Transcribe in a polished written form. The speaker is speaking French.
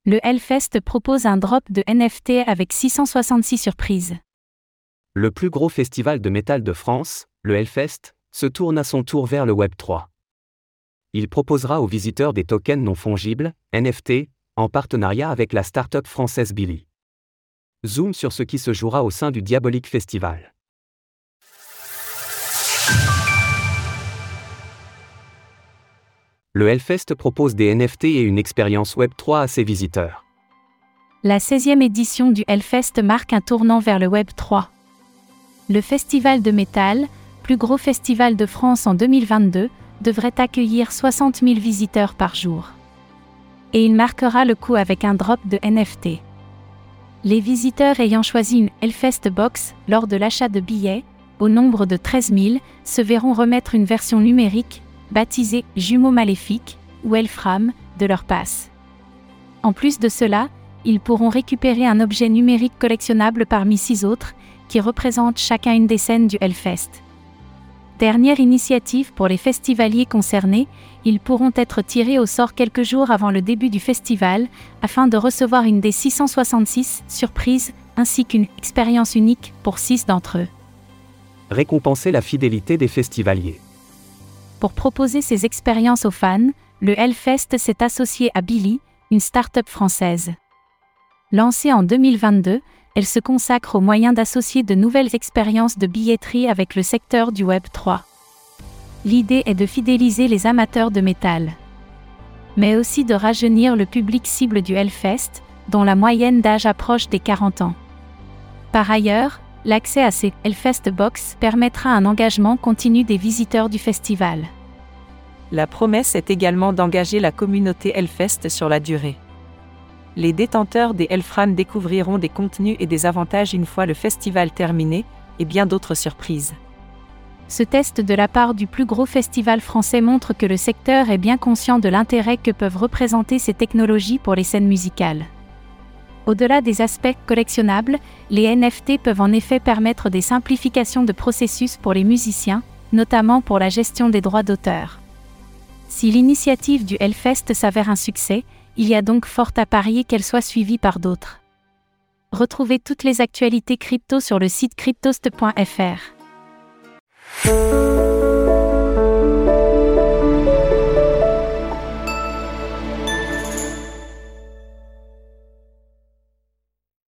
Le Hellfest propose un drop de NFT avec 666 surprises. Le plus gros festival de métal de France, le Hellfest, se tourne à son tour vers le Web3. Il proposera aux visiteurs des tokens non fongibles, NFT, en partenariat avec la start-up française Billy. Zoom sur ce qui se jouera au sein du Diabolique Festival. Le Hellfest propose des NFT et une expérience Web3 à ses visiteurs. La 16e édition du Hellfest marque un tournant vers le Web3. Le festival de métal, plus gros festival de France en 2022, devrait accueillir 60 000 visiteurs par jour. Et il marquera le coup avec un drop de NFT. Les visiteurs ayant choisi une Hellfest Box lors de l'achat de billets, au nombre de 13 000, se verront remettre une version numérique, baptisée « Jumeaux maléfiques » ou Hellfram, de leur passe. En plus de cela, ils pourront récupérer un objet numérique collectionnable parmi 6 autres, qui représentent chacun une des scènes du Hellfest. Dernière initiative pour les festivaliers concernés, ils pourront être tirés au sort quelques jours avant le début du festival, afin de recevoir une des 666 surprises, ainsi qu'une expérience unique pour 6 d'entre eux. Récompenser la fidélité des festivaliers. Pour proposer ces expériences aux fans, le Hellfest s'est associé à Billy, une start-up française. Lancée en 2022, elle se consacre aux moyens d'associer de nouvelles expériences de billetterie avec le secteur du Web3. L'idée est de fidéliser les amateurs de métal, mais aussi de rajeunir le public cible du Hellfest, dont la moyenne d'âge approche des 40 ans. Par ailleurs, l'accès à ces Hellfest Box permettra un engagement continu des visiteurs du festival. La promesse est également d'engager la communauté Hellfest sur la durée. Les détenteurs des Hellfram découvriront des contenus et des avantages une fois le festival terminé, et bien d'autres surprises. Ce test de la part du plus gros festival français montre que le secteur est bien conscient de l'intérêt que peuvent représenter ces technologies pour les scènes musicales. Au-delà des aspects collectionnables, les NFT peuvent en effet permettre des simplifications de processus pour les musiciens, notamment pour la gestion des droits d'auteur. Si l'initiative du Hellfest s'avère un succès, il y a donc fort à parier qu'elle soit suivie par d'autres. Retrouvez toutes les actualités crypto sur le site cryptost.fr.